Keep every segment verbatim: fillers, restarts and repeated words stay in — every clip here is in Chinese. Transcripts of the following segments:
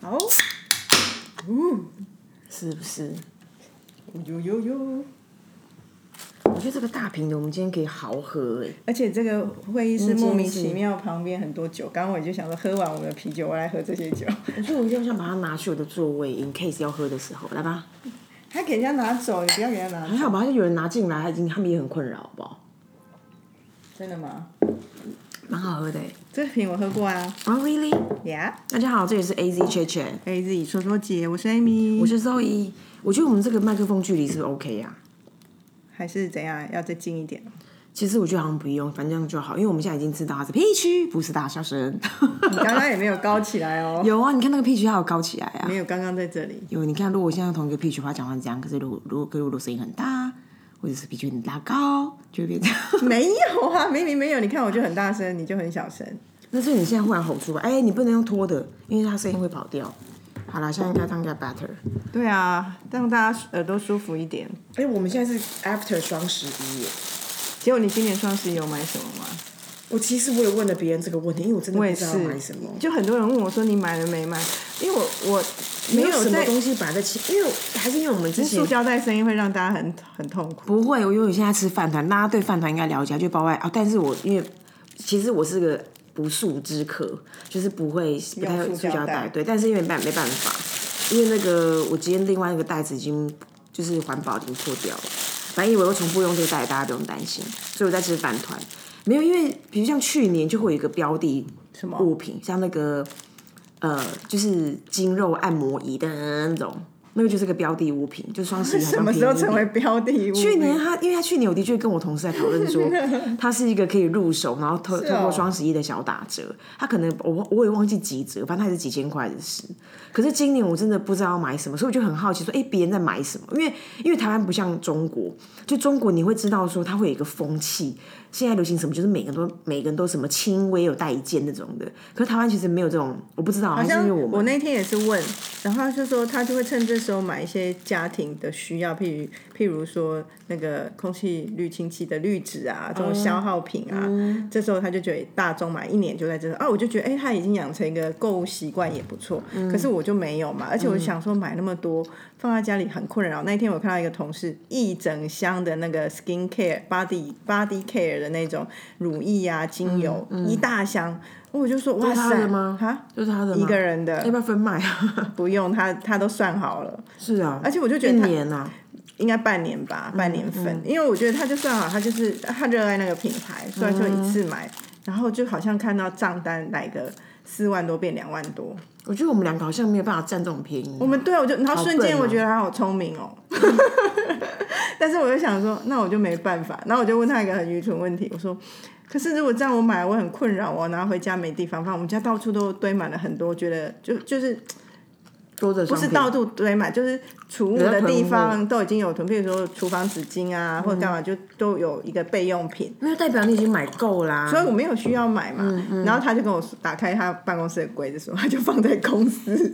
好，呜， 是不是？ 有有有。 我觉得这个大瓶的，我们今天可以豪喝哎。 而且这个会议室莫名其妙旁边很多酒，刚刚我就想说，喝完我们的啤酒，我来喝这些酒。 所以我就想把它拿去我的座位 ，in case 要喝的时候，来吧。 还给人家拿走，你不要给人家拿走。 还好吧，就有人拿进来，他已经他们也很困扰，好不好？ 真的吗？ 蛮好喝的哎。 这瓶我喝过啊。 Oh really? Yeah. 大家好，这里是 A Z Chat Chat。 A Z 说说姐，我是 Amy， 我是 Zoe。我觉得我们这个麦克风距离是不是 OK 啊？ 还是怎样？要再近一点？ 其实我觉得好像不用，反正这样就好，因为我们现在已经知道它是 P 区，不是大小声。 你刚刚也没有高起来哦。 有啊，你看那个 P 区它有高起来啊。 没有，刚刚在这里。 有，你看，如果现在同一个 P 区话讲成这样，可是如果如果如果声音很大，或者是 P 区很大高，就会变这样。 没有啊，明明没有。你看我就很大声，你就很小声。 那所以你现在忽然吼出来，哎、欸，你不能用拖的，因为它声音会跑掉。好啦，现在应该当个 better。 对啊，让大家耳朵舒服一点。 哎、欸，我们现在是 after 双十一耶。 结果你今年双十一有买什么吗？ 我其实我也问了别人这个问题，因为我真的不知道买什么。 就很多人问我说你买了没买？因为我我没有什么东西摆在起，因为还是因为我们之前塑胶袋声音会让大家很很痛苦。 不会，因为我现在吃饭团，大家对饭团应该了解，就包外啊。但是我因为其实我是个不速之客，就是不会不太会塑胶袋，对。但是因为没没办法，因为那个我今天另外一个袋子已经就是环保已经破掉了。反正以为我重复用这个袋，大家不用担心。所以我在吃饭团，没有，因为比如像去年就会有一个标的物品，像那个呃，就是筋肉按摩仪的那种。那个就是个标的物品，就双十一什么时候成为标的物品？ 去年他，因为他去年我的确跟我同事在讨论说，它是一个可以入手，然后透透过双十一的小打折，他可能我我也忘记几折，反正它也是几千块的事。可是今年我真的不知道要买什么，所以我就很好奇说，哎，别人在买什么？因为因为台湾不像中国，就中国你会知道说它会有一个风气，现在流行什么，就是每个人都每个人都什么轻微有带一件那种的。可是台湾其实没有这种，我不知道， 好像还是因为我们我那天也是问，然后他就说他就会趁这时候买一些家庭的需要，譬如譬如说那个空气滤清器的滤纸啊，这种消耗品啊，嗯、这时候他就觉得大众买一年就在这啊，我就觉得哎、欸，他已经养成一个购物习惯也不错、嗯，可是我就没有嘛，而且我想说买那么多放在家里很困扰。那天我看到一个同事一整箱的那个 skin care body body care 的那种乳液啊精油、嗯嗯、一大箱。我就说哇塞， 就是他的吗？ 哈， 就是他的吗？ 一个人的， 要不要分卖啊？ 不用，他他都算好了。 是啊， 而且我就觉得一年啊， 应该半年吧，半年份、嗯嗯。因为我觉得他就算好，他就是他热爱那个品牌，所以就一次买、嗯，然后就好像看到账单来个四万多变两万多。 我觉得我们两个好像没有办法占这种便宜。 我们对，我就然后瞬间我觉得他好聪明哦。但是我就想说，那我就没办法，然后我就问他一个很愚蠢问题，我说。可是如果这样我买我很困扰，我拿回家没地方放，我们家到处都堆满了很多，觉得就就是多的不是到处堆满，就是储物的地方都已经有囤，比如说厨房纸巾啊、嗯、或者干嘛，就都有一个备用品。 那代表你已经买够啦， 所以我没有需要买嘛。嗯嗯、然后他就跟我打开他办公室的柜子说，他就放在公司。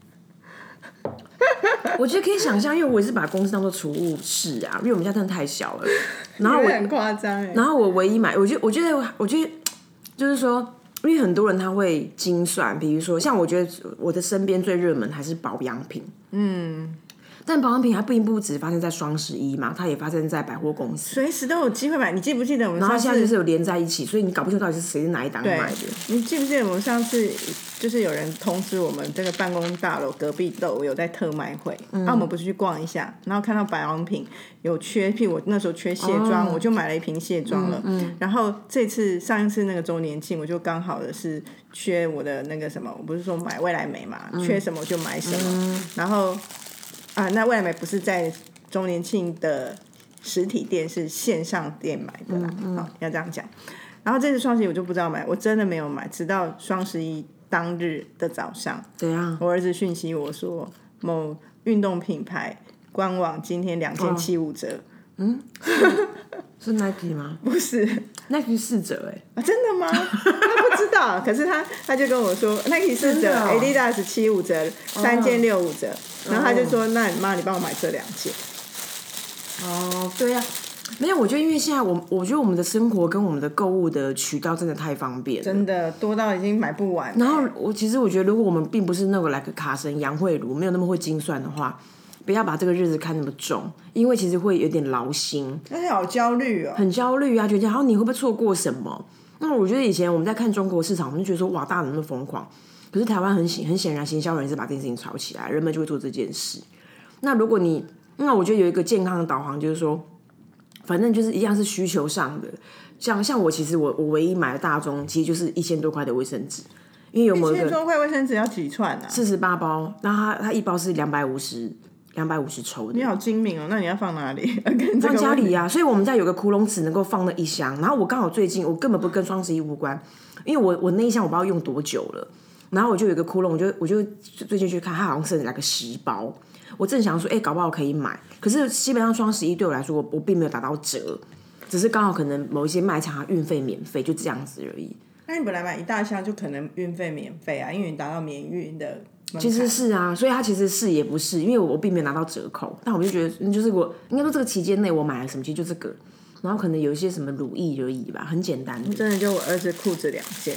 我觉得可以想象，因为我也是把公司当做储物室啊，因为我们家真的太小了。然后我很夸张哎。 然后我唯一买，我觉得，我觉得，我觉得，就是说，因为很多人他会精算，比如说，像我觉得我的身边最热门还是保养品，嗯。但保养品它并不只发生在双十一嘛，它也发生在百货公司， 随时都有机会买。你记不记得我们上次？ 然后现在就是有连在一起，所以你搞不清楚到底是谁是哪一档买的。 你记不记得我们上次就是有人通知我们这个办公大楼隔壁楼有在特卖会，嗯，啊我们不是去逛一下，然后看到保养品有缺，譬如我那时候缺卸妆，哦，我就买了一瓶卸妆了。嗯嗯，然后这次上一次那个周年庆，我就刚好的是缺我的那个什么，我不是说买未来美嘛，嗯，缺什么就买什么，嗯，然后。啊，那未来美不是在周年庆的实体店，是线上店买的啦。嗯嗯，好，要这样讲。然后这次双十一我就不知道买，我真的没有买，直到双十一当日的早上， 对啊， 我儿子讯息我说某运动品牌官网今天两件七五折。哦， 嗯，是 Nike 吗？ 不是 ，Nike 四折哎， 欸啊，真的吗？他不知道，可是他他就跟我说 Nike 四折，哦，Adidas 七五折，三件六五折。然后他就说：“那你妈，你帮我买这两件。” 哦，对呀，啊， 没有，我觉得因为现在我我觉得我们的生活跟我们的购物的渠道真的太方便了， 真的多到已经买不完。 然后我其实我觉得，如果我们并不是那个来个卡神杨慧茹，没有那么会精算的话，不要把这个日子看那么重，因为其实会有点劳心， 而且好焦虑哦， 很焦虑啊，觉得然后你会不会错过什么？那我觉得以前我们在看中国市场，我们就觉得说哇，大人那么疯狂，可是台湾很显很显然，行销人是把这件事情炒起来，人们就会做这件事。那如果你，那我觉得有一个健康的导航，就是说，反正就是一样是需求上的。像像我其实我我唯一买的大宗，其实就是一千多块的卫生纸，因为有某一个一千多块卫生纸要几串啊？ 四十八包，然后它它一包是两百五十两百五十抽的。 你好精明哦，那你要放哪里？跟这个放家里啊，所以我们家有个窟窿纸能够放那一箱。然后我刚好最近我根本不跟双十一无关，因为我我那一箱我不知道用多久了，然后我就有一个窟窿，我就我就最近去看，它好像剩来个十包。我正想说，哎、欸，搞不好可以买。可是基本上双十一对我来说，我我并没有打到折，只是刚好可能某一些卖场运费免费，就这样子而已。 那你本来买一大箱就可能运费免费啊，因为你达到免运的门槛。 其实是啊，所以它其实是也不是，因为我并没有拿到折扣，但我就觉得，就是我应该说这个期间内我买了什么，其实就这个，然后可能有一些什么乳液而已吧，很简单的。 真的就我儿子裤子两件。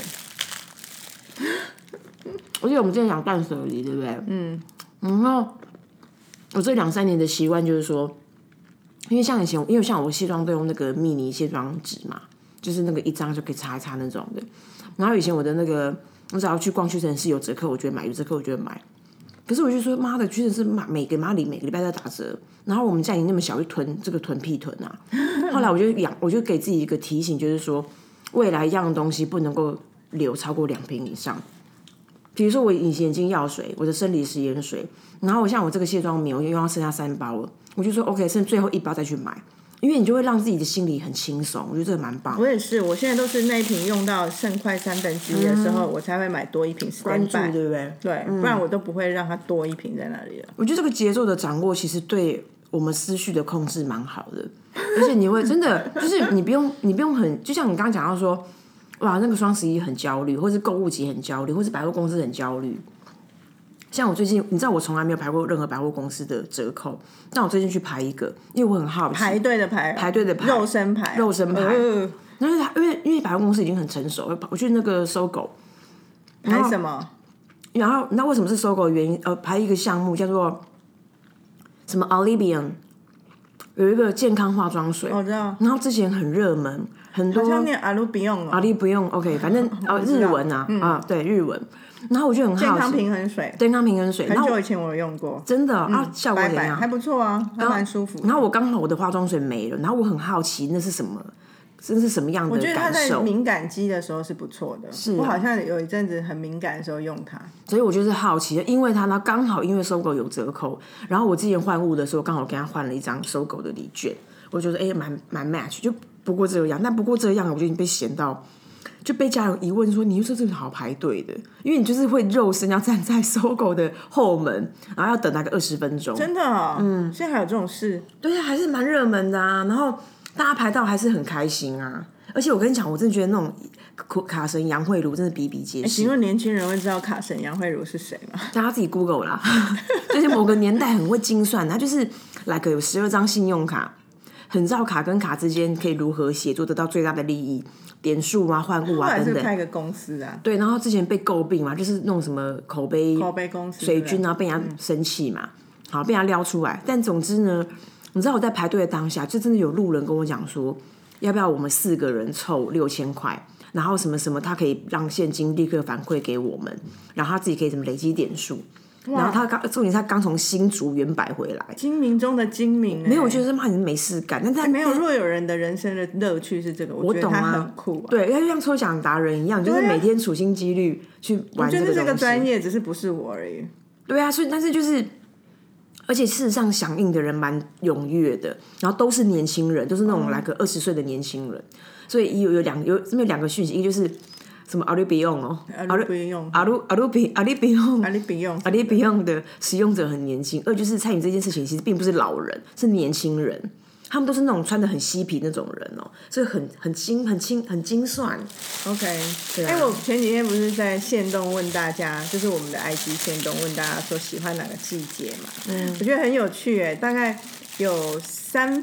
我记得我们之前讲断舍离，对不对？嗯。然后我这两三年的习惯就是说，因为像以前，因为像我卸妆都用那个蜜妮卸妆纸嘛，就是那个一张就可以擦一擦那种的。然后以前我的那个，我只要去逛屈臣氏有折扣，我觉得买有折扣我就会买。可是我就说，妈的，屈臣氏每个妈里每个礼拜在打折，然后我们家里那么小，就囤这个囤屁囤啊。后来我就养，我就给自己一个提醒，就是说，未来一样东西不能够留超过两瓶以上。比如说我隐形眼镜药水，我的生理食盐水，然后我像我这个卸妆棉，我又用到剩下三包了，我就说 OK， 剩最后一包再去买，因为你就会让自己的心里很轻松，我觉得这个蛮棒。 我也是，我现在都是那一瓶用到剩快三分之一的时候，嗯、我才会买多一瓶 stand by， 对不对？ 对， 嗯、 不然我都不会让它多一瓶在那里了。 我觉得这个节奏的掌握，其实对我们思绪的控制蛮好的，而且你会真的就是你不用你不用很，就像你刚刚讲到说，哇，那个双十一很焦虑，或是购物节很焦虑，或是百货公司很焦虑。像我最近，你知道我从来没有排过任何百货公司的折扣，但我最近去排一个，因为我很好奇， 排队的排， 排队的排， 肉身排， 肉身排。 呃、 然后因为因为百货公司已经很成熟，我去那个搜狗排什么？ 然后你知道为什么是搜狗的原因？呃，排一个项目叫做什么 Olivion， 有一个健康化妆水， 我知道。 然后之前很热门，很多好像念阿鲁不用哦， 阿里不用 OK， 反正哦日文啊、嗯、啊对日文。然后我就很好奇， 健康平衡水， 健康平衡水， 很久以前我有用过， 真的、 嗯、 啊，效果怎样？ 还不错啊，还蛮舒服。 然后我刚好我的化妆水没了，然后我很好奇那是什么，这是什么样的感受？ 我觉得它在敏感肌的时候是不错的， 是、啊、 我好像有一阵子很敏感的时候用它， 所以我就是好奇，因为它呢刚好因为搜狗有折扣，然后我之前换物的时候刚好跟他换了一张搜狗的礼券，我觉得哎蛮蛮 match， 就不过这样，但不过这样我就已经被嫌到。就被家人疑问说：“你又说这个好排队的，因为你就是会肉身要站在搜狗的后门，然后要等那个二十分钟。” 真的、哦，嗯，现在还有这种事？ 对啊，还是蛮热门的啊。然后大家排到还是很开心啊。而且我跟你讲，我真的觉得那种卡神杨慧茹真的比比皆是。 请问年轻人会知道卡神杨慧茹是谁吗？ 大家自己 Google 啦。就是某个年代很会精算，他就是来个有十二张信用卡，很知道卡跟卡之间可以如何协作得到最大的利益。点数啊，换物啊等等， 后来是开个公司啊。 对，然后之前被诟病嘛，就是那种什么口碑、 口碑公司、 水军啊，被人家生气嘛，嗯、好被人家撩出来。但总之呢，你知道我在排队的当下，就真的有路人跟我讲说，要不要我们四个人凑六千块，然后什么什么，他可以让现金立刻反馈给我们，然后他自己可以什么累积点数。然后他刚重点是他刚从新竹原百回来， 精明中的精明、欸。 没有，我觉得妈你没事干，但他、 欸、没有若有人的人生的乐趣是这个，我觉得他很酷、啊。 对，就像抽奖达人一样，就是每天处心积虑去玩这个东西。我觉得这个专业只是不是我而已。 对啊，所以但是就是，而且事实上响应的人蛮踊跃的，然后都是年轻人，都是那种来个二十岁的年轻人，所以有有两有这边有两个讯息，一个就是。什么阿里比用哦， 阿里比用， 阿鲁阿鲁比阿里比用， 阿里比用， 阿里比用的使用者很年轻。二就是参与这件事情，其实并不是老人，是年轻人，他们都是那种穿得很嬉皮那种人哦，所以很很精很精很精算。 OK， 哎、 啊欸，我前几天不是在限动问大家，就是我们的 I G 限动问大家说喜欢哪个季节嘛？嗯，我觉得很有趣哎，大概有三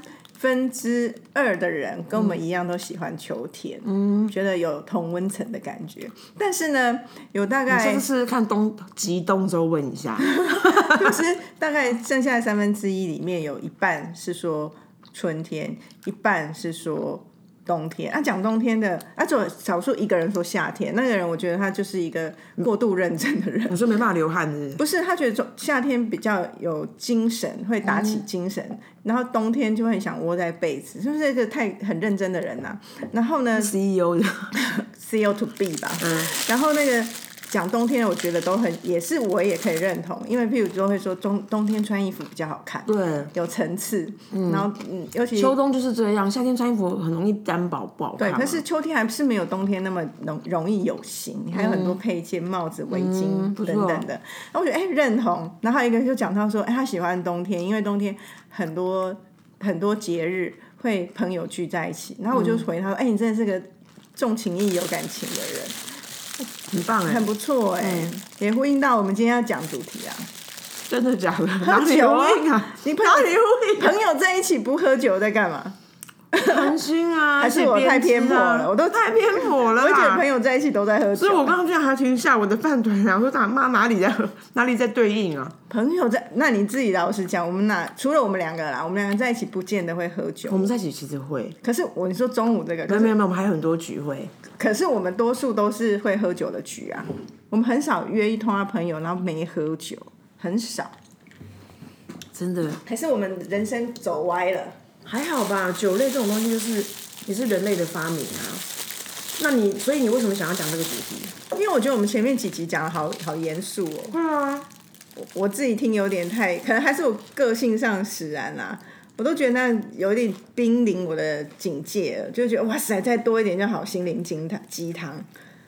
分之二的人跟我们一样都喜欢秋天，嗯，觉得有同温层的感觉。但是呢，有大概是不是看冬极冬周问一下， 就是大概剩下的三分之一里面有一半是说春天，一半是说冬天。啊，讲冬天的，啊，只有少数一个人说夏天，那个人我觉得他就是一个过度认真的人。 你说没办法流汗是不是？ 不是，他觉得夏天比较有精神，会打起精神，嗯、然后冬天就会很想窝在被子，就是一个太很认真的人呐、啊。然后呢 ，C E O 的 C E O to be 吧，嗯，然后那个。讲冬天，我觉得都很，也是我也可以认同，因为譬如说会说冬冬天穿衣服比较好看， 对， 有层次，嗯、然后嗯，尤其秋冬就是这样，夏天穿衣服很容易单薄不好看、啊。 对，可是秋天还是没有冬天那么容容易有型，你还有很多配件、帽子、围巾、嗯、等等的。然后我觉得哎、欸、认同，然后还有一个就讲到说，哎、欸、他喜欢冬天，因为冬天很多很多节日会朋友聚在一起，然后我就回他说，哎、欸、你真的是个重情义有感情的人。 很棒哎， 很不错哎、欸嗯，也呼应到我们今天要讲主题啊。 真的假的？ 喝酒啊！ 啊你朋友朋友在一起不喝酒在干嘛？ 谈心啊， 还是我太偏颇了？我都太偏颇了。 我觉得朋友在一起都在喝酒， 所以我刚刚居然还停下我的饭团，然后说他妈哪里在喝，哪里在对应啊？ 朋友在，那你自己老实讲，我们哪除了我们两个啦，我们两个在一起不见得会喝酒。 我们在一起其实会， 可是我你说中午这个， 没有没有没有，我们还有很多聚会。 可是我们多数都是会喝酒的局啊，我们很少约一通朋友然后没喝酒，很少。 真的？还是我们人生走歪了？ 还好吧，酒类这种东西就是也是人类的发明啊。那你所以你为什么想要讲这个主题？ 因为我觉得我们前面几集讲的好好严肃哦。 会啊。 我自己听有点太，可能还是我个性上使然啦、啊。我都觉得那有点濒临我的境界了，就觉得哇塞，再多一点就好，心灵鸡汤鸡汤。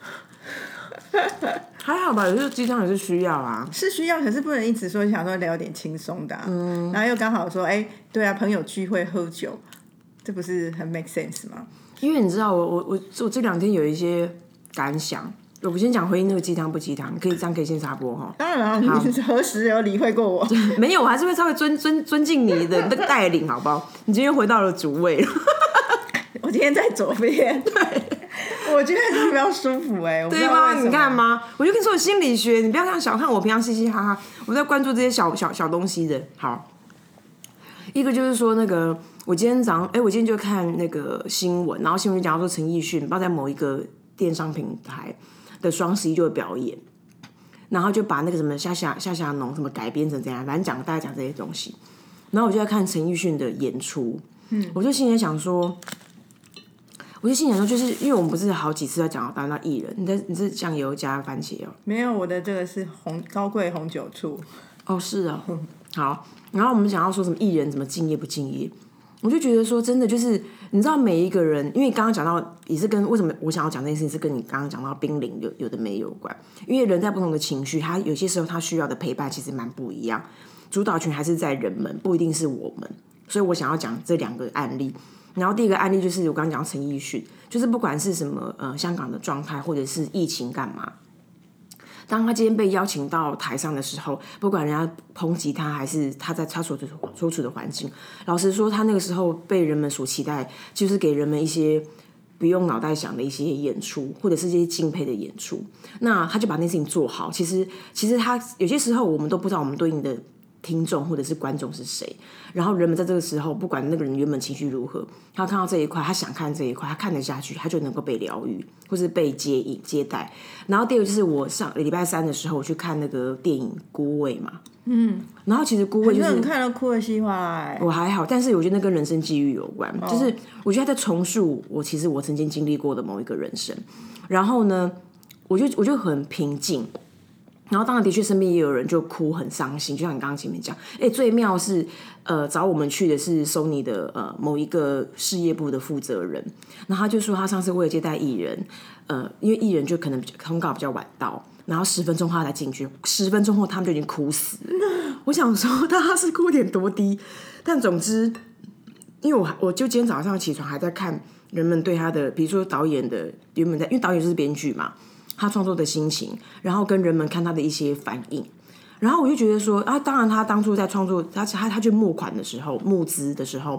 还好吧，有时候鸡汤也是需要啊， 是需要，可是不能一直说想说聊点轻松的、啊，嗯，然后又刚好说，哎、欸，对啊，朋友聚会喝酒，这不是很 make sense 吗？ 因为你知道，我我我我这两天有一些感想。我先讲回应那个鸡汤不鸡汤，可以这样可以先插播哈。 当然了，你何时有理会过我？ 没有，我还是会稍微尊尊尊敬你的那个带领，好不好？你今天回到了主位了。 我今天在左边，对，我觉得比较舒服哎、欸， 对吗？你看吗？我就跟你说心理学，你不要看小看我平常嘻嘻哈哈，我在关注这些小小小东西的。好，一个就是说那个，我今天早上，哎、欸，我今天就看那个新闻，然后新闻就讲到说陈奕迅，不知道在某一个电商平台的双十一就会表演，然后就把那个什么夏夏夏夏农什么改编成这样，反正讲大家讲这些东西，然后我就在看陈奕迅的演出，嗯，我就心里想说。我就心想说，就是因为我们不是好几次在讲到到艺人，你在你是酱油加番茄哦？ 没有，我的这个是红高贵红酒醋。 哦，是啊、哦，好。然后我们讲到说什么艺人怎么敬业不敬业，我就觉得说真的就是你知道每一个人，因为刚刚讲到也是跟为什么我想要讲这件事情是跟你刚刚讲到濒临有有的没有关，因为人在不同的情绪，他有些时候他需要的陪伴其实蛮不一样，主导权还是在人们，不一定是我们。所以我想要讲这两个案例。然后第一个案例就是我刚刚讲陈奕迅，就是不管是什么呃香港的状态，或者是疫情干嘛，当他今天被邀请到台上的时候，不管人家抨击他，还是他在他所所处的环境，老实说，他那个时候被人们所期待，就是给人们一些不用脑袋想的一些演出，或者是这些敬佩的演出。那他就把那件事情做好。其实，其实他有些时候我们都不知道我们对应的听众或者是观众是谁，然后人们在这个时候，不管那个人原本情绪如何，他看到这一块，他想看这一块，他看得下去，他就能够被疗愈，或是被接引接待。然后第二个就是我上礼拜三的时候，我去看那个电影《孤味》嘛，嗯，然后其实《孤味》就是很多人看到哭的稀哗啦， 我还好，但是我觉得那跟人生际遇有关，哦、就是我觉得他在重述我其实我曾经经历过的某一个人生。然后呢，我就我就很平静。然后当然的确身边也有人就哭很伤心，就像你刚刚前面讲，哎，最妙是呃找我们去的是 Sony 的呃某一个事业部的负责人，然后他就说他上次为了接待艺人，呃因为艺人就可能通告比较晚到，然后十分钟后他才进去，十分钟后他们就已经哭死了。我想说他是哭点多低，但总之因为我我就今天早上起床还在看人们对他的，比如说导演的原本在，因为导演就是编剧嘛。他创作的心情，然后跟人们看他的一些反应，然后我就觉得说啊，当然他当初在创作他他他去募款的时候，募资的时候，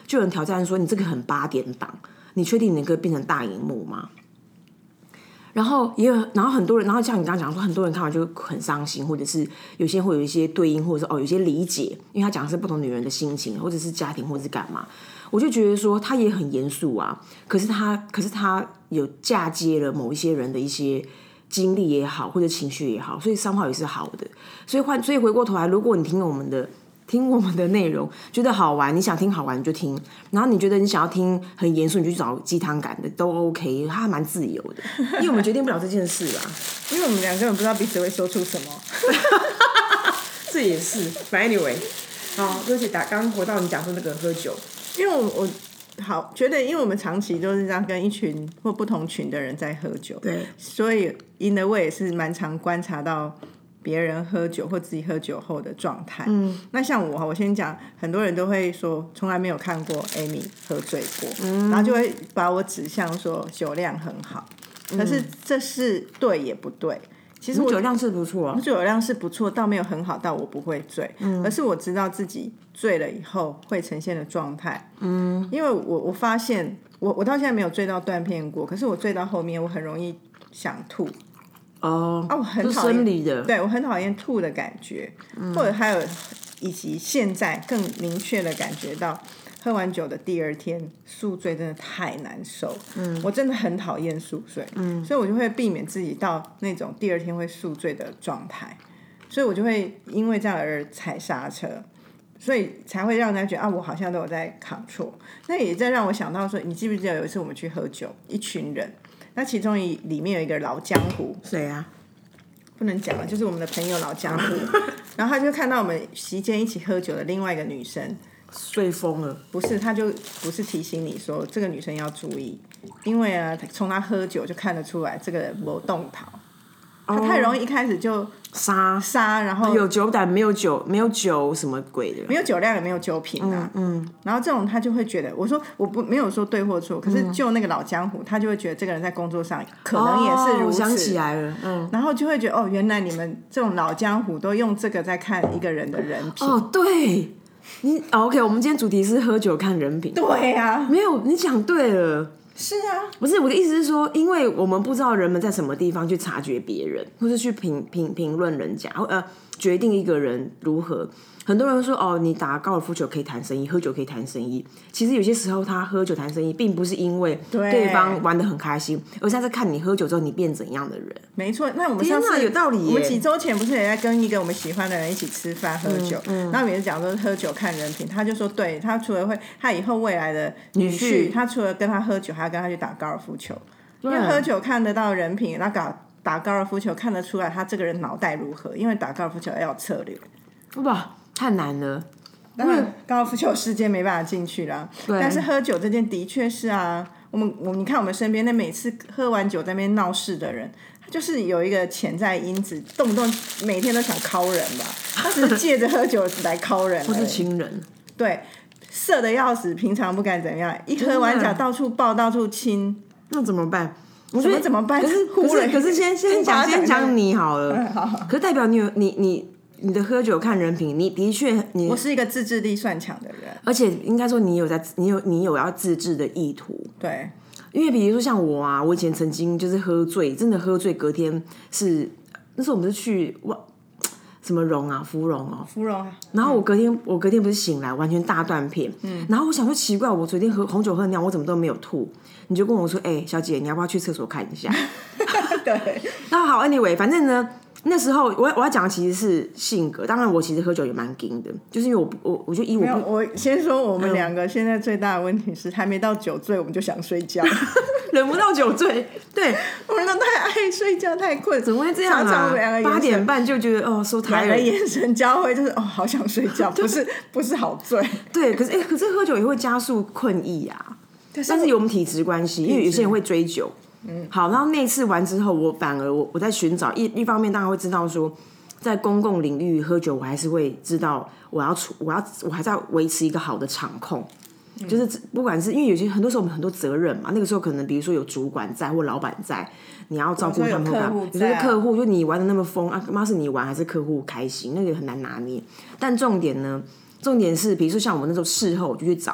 就有人挑战说你这个很八点档，你确定你能够变成大荧幕吗？然后也有，然后很多人，然后像你刚刚讲说，很多人看完就很伤心，或者是有些会有一些对应，或者是哦有些理解，因为他讲的是不同女人的心情，或者是家庭，或者是干嘛。我就觉得说他也很严肃啊，可是他可是他有嫁接了某一些人的一些经历也好，或者情绪也好，所以somehow也是好的。所以换所以回过头来，如果你听我们的。听我们的内容觉得好玩，你想听好玩你就听，然后你觉得你想要听很严肃，你就去找鸡汤感的都 OK， 它还蛮自由的，因为我们决定不了这件事啊， 因为我们两个根本不知道彼此会说出什么。 这也是，反正 anyway， 好，对不起，打刚回到你讲说那个喝酒， 因为我我好觉得，因为我们长期都是这样跟一群或不同群的人在喝酒， 对， 所以 in a way 也是蛮常观察到。别人喝酒或自己喝酒后的状态，嗯，那像我，我先讲，很多人都会说从来没有看过 Amy 喝醉过，嗯，然后就会把我指向说酒量很好，嗯，可是这是对也不对。其实我酒量是不错啊， 酒量是不错，倒没有很好到我不会醉，嗯，而是我知道自己醉了以后会呈现的状态，嗯，因为我我发现我我到现在没有醉到断片过，可是我醉到后面我很容易想吐。 哦， 啊，我很讨厌生理的， 对我很讨厌吐的感觉，嗯，或者还有以及现在更明确的感觉到，喝完酒的第二天宿醉真的太难受，嗯，我真的很讨厌宿醉，嗯，所以我就会避免自己到那种第二天会宿醉的状态，所以我就会因为这样而踩刹车，所以才会让人家觉得啊，我好像都有在control。那也在让我想到说，你记不记得有一次我们去喝酒，一群人。那其中一里面有一个老江湖， 谁啊？ 不能讲了，就是我们的朋友老江湖。然后他就看到我们席间一起喝酒的另外一个女生睡疯了， 不是，他就不是提醒你说这个女生要注意，因为啊，从他喝酒就看得出来这个人没动桃，他太容易一开始就杀杀，然后有酒胆没有酒，没有酒什么鬼的， 没有酒量也没有酒品啊，嗯，嗯然后这种他就会觉得，我说我不没有说对或错，可是就那个老江湖，他就会觉得这个人在工作上可能也是如此， 哦、我想起来了，嗯， 然后就会觉得哦，原来你们这种老江湖都用这个在看一个人的人品， 哦，对，你、哦、OK， 我们今天主题是喝酒看人品， 对啊， 没有，你讲对了。 是啊， 不是我的意思是说，因为我们不知道人们在什么地方去察觉别人，或是去评评评论人家，呃，决定一个人如何。很多人说哦，你打高尔夫球可以谈生意，喝酒可以谈生意。其实有些时候他喝酒谈生意，并不是因为对方玩得很开心，而是他在看你喝酒之后你变怎样的人。 没错，那我们上次有道理耶。 我们几周前不是也在跟一个我们喜欢的人一起吃饭喝酒，嗯嗯、然后我们也是讲说喝酒看人品，他就说对他除了会他以后未来的女婿，他除了跟他喝酒，还要跟他去打高尔夫球，因为喝酒看得到人品，然后打打高尔夫球看得出来他这个人脑袋如何，因为打高尔夫球要有策略。 哇，太难了。 当然，高尔夫球世界没办法进去啦。但是喝酒这件的确是啊，我们我你看我们身边那每次喝完酒在那边闹事的人，他就是有一个潜在因子，动不动每天都想敲人吧。他只是借着喝酒来敲人， 或是亲人。 对，色的要死，平常不敢怎样，一喝完酒到处抱，到处亲， 那怎么办？我怎么怎么办？ 可是可是可是先先讲先讲你好了， 嗯、好好可是代表你有你你。你的喝酒看人品，你的确你我是一个自制力算强的人， 而且应该说你有在你有你有要自制的意图。 对， 因为比如说像我啊，我以前曾经就是喝醉，真的喝醉，隔天是那时候我们是去哇什么蓉啊，芙蓉哦， 芙蓉。 然后我隔天、嗯、我隔天不是醒来完全大断片，嗯，然后我想说奇怪，我昨天喝红酒喝那样，我怎么都没有吐？你就跟我说，哎、欸，小姐，你要不要去厕所看一下？ 对， 那好 ，anyway， 反正呢。那时候我我要讲的其实是性格，当然我其实喝酒也蛮硬的，就是因为我我我就以我不我先说我们两个现在最大的问题是还没到酒醉我们就想睡觉， 忍不到酒醉，对， 我们都太爱睡觉太困， 怎么会这样啊？八点半就觉得哦，so tired，两个眼神交汇就是哦，好想睡觉，不是不是好醉， 对，可是哎、欸，可是喝酒也会加速困意啊，但是有我们体质关系，因为有些人会追酒。嗯，好，然后那次完之后，我反而我我在寻找一一方面，当然会知道说，在公共领域喝酒，我还是会知道我要处，我要我还是要维持一个好的场控，嗯、就是不管是因为有些很多时候我们很多责任嘛，那个时候可能比如说有主管在或老板在，你要照顾他们，有些客户就你玩的那么疯啊，妈是你玩还是客户开心，那个很难拿捏。但重点呢，重点是比如说像我们那时候事后我就去找。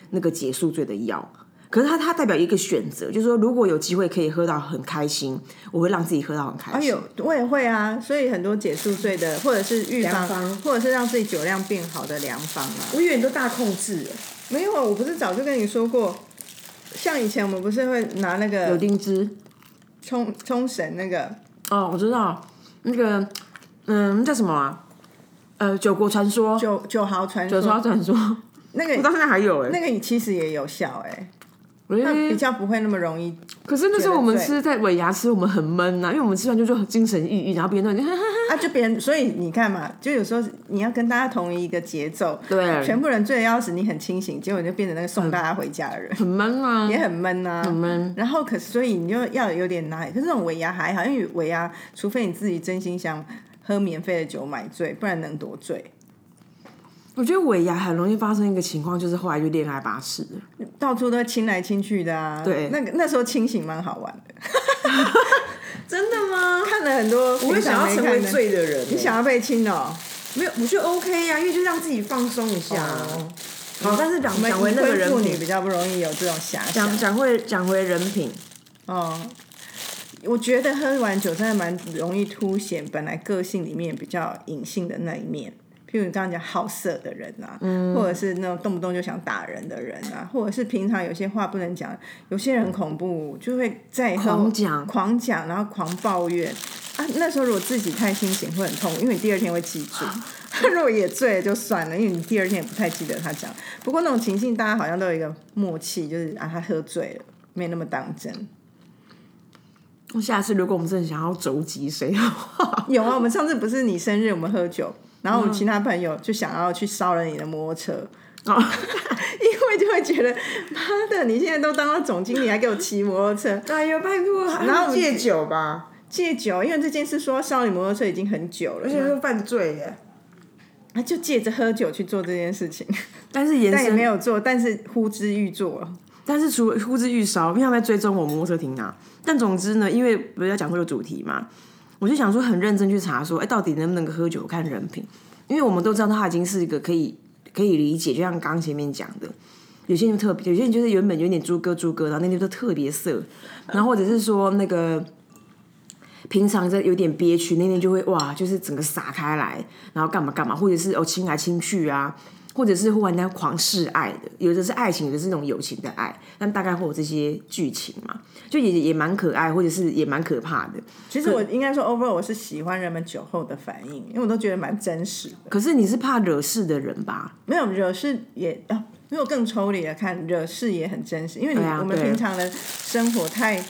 那个解宿醉的药。可是它它代表一个选择，就是说如果有机会可以喝到很开心，我会让自己喝到很开心。 哎呦，我也会啊，所以很多解宿醉的，或者是预防，或者是让自己酒量变好的良方啊。 我以为你都大控制了。 没有啊，我不是早就跟你说过，像以前我们不是会拿那个柳丁汁冲冲绳那个。 哦，我知道那个嗯叫什么啊？呃，九国传说， 九九豪传说， 九豪传说， 那个我到现在还有哎、 欸，那个其实也有效哎、欸。 那比较不会那么容易。 可是那时候我们吃在尾牙吃，我们很闷啊，因为我们吃完就就很精神奕奕，然后别人都啊，就别人，所以你看嘛，就有时候你要跟大家同一个节奏， 对， 全部人醉得要死，你很清醒，结果你就变成那个送大家回家的人， 很闷啊， 也很闷啊， 很闷。 然后可是所以你就要有点拿，可是这种尾牙还好，因为尾牙除非你自己真心想喝免费的酒买醉，不然能多醉。 我觉得尾牙很容易发生一个情况，就是后来就恋爱巴士， 到处都亲来亲去的啊。 对， 那个那时候清醒蛮好玩的。 真的吗？ 看了很多， 我会想要成为醉的人。 你想要被亲哦？ 没有，我觉得 OK 呀、啊，因为就让自己放松一下。哦、好，但是讲讲回那个人品，妇女比较不容易有这种遐想。 讲讲回讲回人品。 哦，我觉得喝完酒真的蛮容易凸显本来个性里面比较隐性的那一面。譬如你刚刚讲好色的人啊、嗯，或者是那种动不动就想打人的人啊，或者是平常有些话不能讲，有些人很恐怖，就会在狂讲狂讲，然后狂抱怨啊。那时候如果自己太清醒会很痛，因为你第二天会记住。如果也醉了就算了，因为你第二天也不太记得他讲。不过那种情境大家好像都有一个默契，就是啊他喝醉了，没那么当真。 下次如果我们真的想要肘击谁的话， 有啊，我们上次不是你生日我们喝酒。然后我们其他朋友就想要去烧了你的摩托车，哦、因为就会觉得妈的，你现在都当了总经理，还给我骑摩托车， 哎呦拜托，然后戒酒吧， 戒酒，因为这件事说烧你摩托车已经很久了， 而且是犯罪耶， 他就借着喝酒去做这件事情， 但是延伸但也没有做，但是呼之欲做了。 但是除了呼之欲烧，因为他们在追踪我摩托车停哪。但总之呢，因为不是要讲这个主题嘛。我就想说，很认真去查说，哎，到底能不能喝酒看人品？因为我们都知道他已经是一个可以可以理解，就像刚前面讲的，有些人特别，有些人就是原本有点猪哥猪哥，然后那天都特别色，然后或者是说那个平常在有点憋屈，那天就会哇，就是整个撒开来，然后干嘛干嘛，或者是哦亲来亲去啊。或者是忽然间狂示爱的，有的是爱情，有的是那种友情的爱，但大概会有这些剧情嘛，就也也蛮可爱，或者是也蛮可怕的。 其实我应该说 ，overall 我是喜欢人们酒后的反应，因为我都觉得蛮真实的。 可是你是怕惹事的人吧？ 没有惹事也啊，没有更抽离的看，惹事也很真实，因为你、啊、我们平常的生活太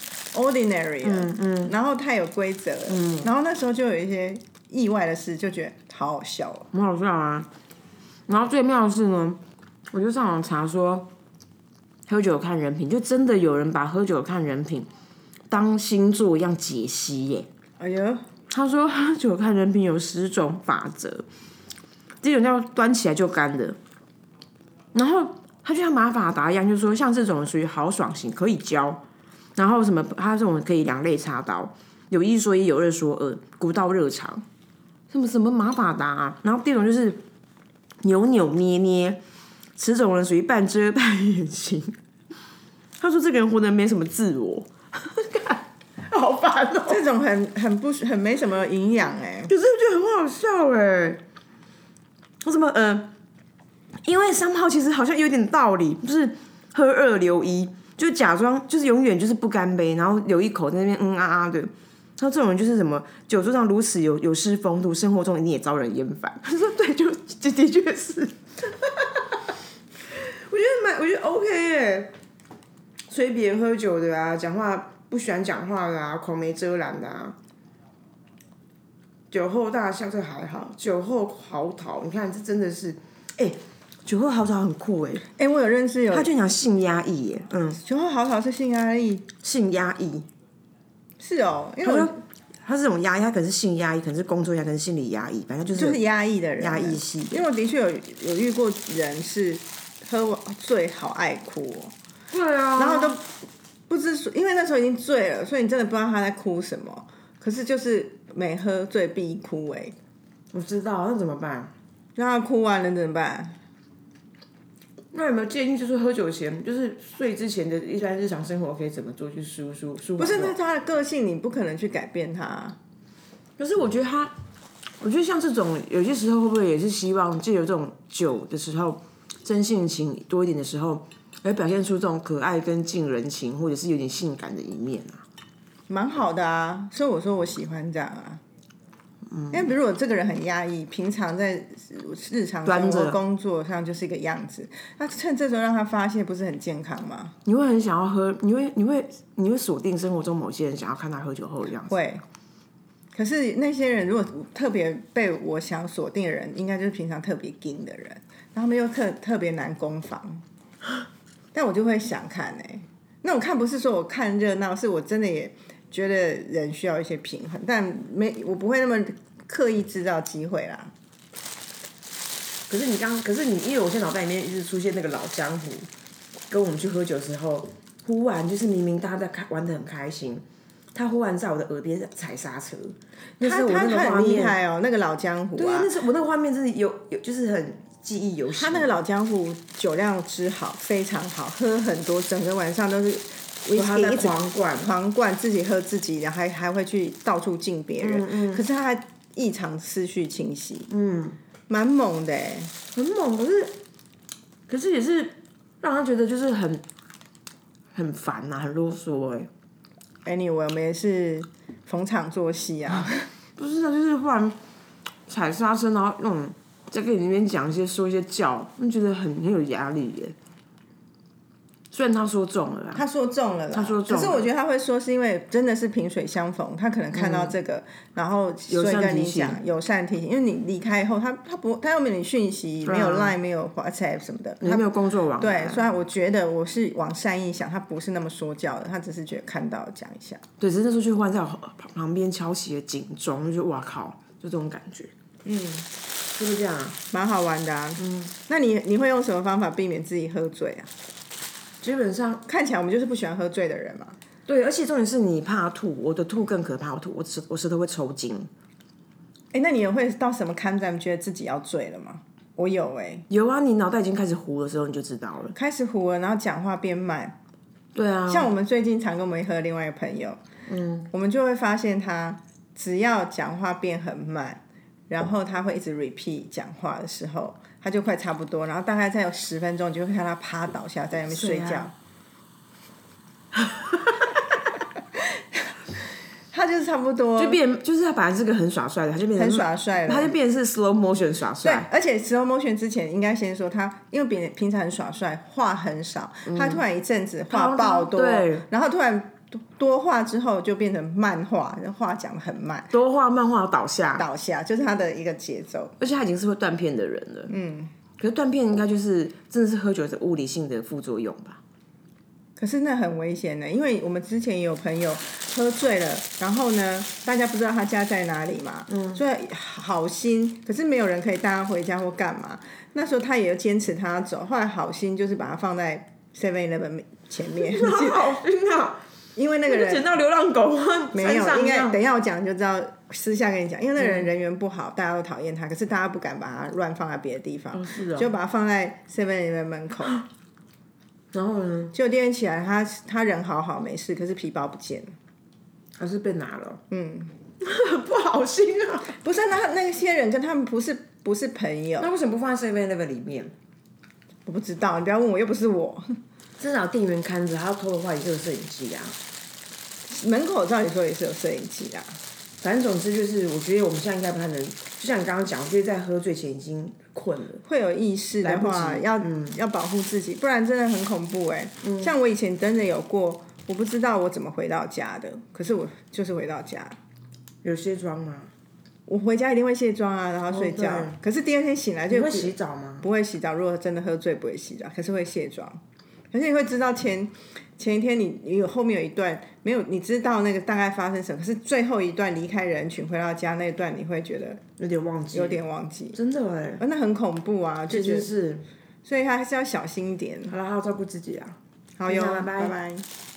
ordinary 了，嗯嗯，然后太有规则了，嗯，然后那时候就有一些意外的事，就觉得好好笑哦， 很好笑啊。然后最妙的是呢，我就上网查说，喝酒看人品，就真的有人把喝酒看人品当星座一样解析耶。 哎呦， 他说喝酒看人品有十种法则，第一种叫端起来就干的，然后他就像马法达一样，就是说像这种属于豪爽型，可以教，然后什么他这种可以两肋插刀，有一说一，有二说二，古道热肠，什么什么马法达、啊，然后第二种就是扭扭捏捏，此种人属于半遮半掩型。他说这个人活得没什么自我，好烦哦、喔。 这种很很不很没什么营养哎， 可是我觉得很好笑哎。我怎么呃，因为三号其实好像有点道理，就是喝二留一，就假装就是永远就是不干杯，然后留一口在那边嗯啊啊的。他这种人就是什么酒桌上如此有有失风度，生活中一定也招人厌烦。他说对，就的的确是。我觉得蛮，我觉得 OK 哎，催别人喝酒的啊，讲话不喜欢讲话的啊，口没遮拦的啊，酒后大笑这还好，酒后嚎啕，你看这真的是，哎、欸，酒后嚎啕很酷哎、欸， 哎、欸，我有认识有， 他就讲性压抑耶，嗯， 酒后嚎啕是性压抑， 性压抑。 是哦，因为他说他是这种压抑，他可能是性压抑，可能是工作压抑，可能是心理压抑，反正就是就是压抑的人， 压抑系。 因为我的确有有遇过人是喝醉好爱哭哦， 对啊， 然后都不知所，因为那时候已经醉了，所以你真的不知道他在哭什么。可是就是每喝醉必哭哎、欸， 我知道，那怎么办？ 让他哭完了怎么办？ 那有没有建议，就是喝酒前，就是睡之前的一般日常生活可以怎么做去舒舒舒缓？ 不是，那他的个性你不可能去改变他。 可是我觉得他，我觉得像这种有些时候会不会也是希望借由这种酒的时候，真性情多一点的时候，来表现出这种可爱跟近人情，或者是有点性感的一面啊？ 蛮好的啊，所以我说我喜欢这样啊。因为比如我这个人很压抑，平常在日常生活工作上就是一个样子，那趁这时候让他发泄，不是很健康吗？ 你会很想要喝，你会你会你会锁定生活中某些人想要看他喝酒后的样子。 会。可是那些人如果特别被我想锁定的人，应该就是平常特别硬的人，然后他们又特特别难攻防，但我就会想看哎、欸，那我看不是说我看热闹，是我真的也觉得人需要一些平衡，但没我不会那么刻意制造机会啦。 可是你刚，可是你，因为我现在脑袋里面一直出现那个老江湖，跟我们去喝酒的时候，忽然就是明明大家在开玩得很开心，他忽然在我的耳边踩刹车，那是我那个画面， 他很厉害哦，那个老江湖啊， 对，那是我那个画面，真的有有就是很记忆犹新。 他那个老江湖酒量之好，非常好，喝很多，整个晚上都是。 他在狂灌， 狂灌，自己喝自己，然后还还会去到处敬别人。嗯嗯、可是他还异常思绪清晰，嗯，蛮猛的哎， 很猛。可是，可是也是让他觉得就是很很烦呐、啊，很啰嗦哎。Anyway， 我们也是逢场作戏啊。 不是啊，就是忽然踩刹车，然后那种在跟你那边讲一些说一些教，我觉得很很有压力耶。虽然他说中了啦， 他说中了啦， 他说中了， 可是我觉得他会说是因为真的是萍水相逢，他可能看到这个，嗯、然后所以跟你讲友善提醒，因为你离开以后，他他不他又没有你讯息，没有 Line 没有 WhatsApp 什么的， 他没有工作网， 对，所以我觉得我是往善意想，他不是那么说教的，他只是觉得看到讲一下。 对，只是那时候就忽然在我旁边敲起了警钟，就觉得哇靠，就这种感觉，嗯，是不是这样啊？ 蛮好玩的啊，嗯，那你你会用什么方法避免自己喝醉啊？ 基本上看起来我们就是不喜欢喝醉的人嘛。 对，而且重点是你怕吐，我的吐更可怕，我吐我舌我舌头会抽筋。 哎、欸，那你也会到什么坎站觉得自己要醉了吗？我有哎、欸， 有啊，你脑袋已经开始糊的时候你就知道了， 开始糊了，然后讲话变慢。 对啊， 像我们最近常跟我们喝的另外一个朋友，嗯，我们就会发现他只要讲话变很慢，然后他会一直 repeat 讲话的时候。他就快差不多，然后大概再有十分钟，你就会看他趴倒下，在那边睡觉。啊、他就是差不多， 就变，就是他本来是个很耍帅的，他就变成很耍帅了， 他就变成是 slow motion 耍帅。 对，而且 slow motion 之前应该先说他，因为别人平常很耍帅，话很少，嗯、他突然一阵子话爆多，然后突然。多话之后就变成慢话，话讲得很慢。 多话慢话倒下， 倒下就是他的一个节奏。 而且他已经是会断片的人了。嗯，可是断片应该就是真的是喝酒的物理性的副作用吧？ 可是那很危险的，因为我们之前也有朋友喝醉了，然后呢，大家不知道他家在哪里嘛，嗯，所以好心，可是没有人可以带他回家或干嘛。那时候他也坚持他走，后来好心就是把他放在 seven eleven 前面。 好心啊！ 因为那个人捡到流浪狗， 没有，应该等一下我讲就知道，私下跟你讲，因为那个人人缘不好，嗯、大家都讨厌他，可是大家不敢把他乱放在别的地方， 哦是哦、 就把他放在 seven eleven 门口。 然后呢？ 结果第二天起来，他他人好好没事，可是皮包不见了， 还是被拿了。 嗯， 不好心啊！ 不是，那那些人跟他们不是不是朋友， 那为什么不放在 seven eleven 里面？ 我不知道，你不要问我，又不是我。 至少店员看着，他要偷的话也是有摄影机啊。 门口照理说也是有摄影机啊。 反正总之就是，我觉得我们现在应该不太能，就像你刚刚讲，我觉得在喝醉前已经困了。 会有意识的话，要、嗯、要保护自己，不然真的很恐怖哎、欸嗯。像我以前真的有过，我不知道我怎么回到家的，可是我就是回到家。 有卸妆吗？ 我回家一定会卸妆啊，然后睡觉。哦、可是第二天醒来就你会洗澡吗？ 不会洗澡，如果真的喝醉不会洗澡，可是会卸妆。可是你会知道前前一天你你有后面有一段没有，你知道那个大概发生什么，可是最后一段离开人群回到家那一段，你会觉得有点忘记， 有点忘记， 真的哎、 欸，那很恐怖啊，就是， 是， 所以还是要小心一点。 好了，好好照顾自己啊， 好哟， 拜拜。 拜拜。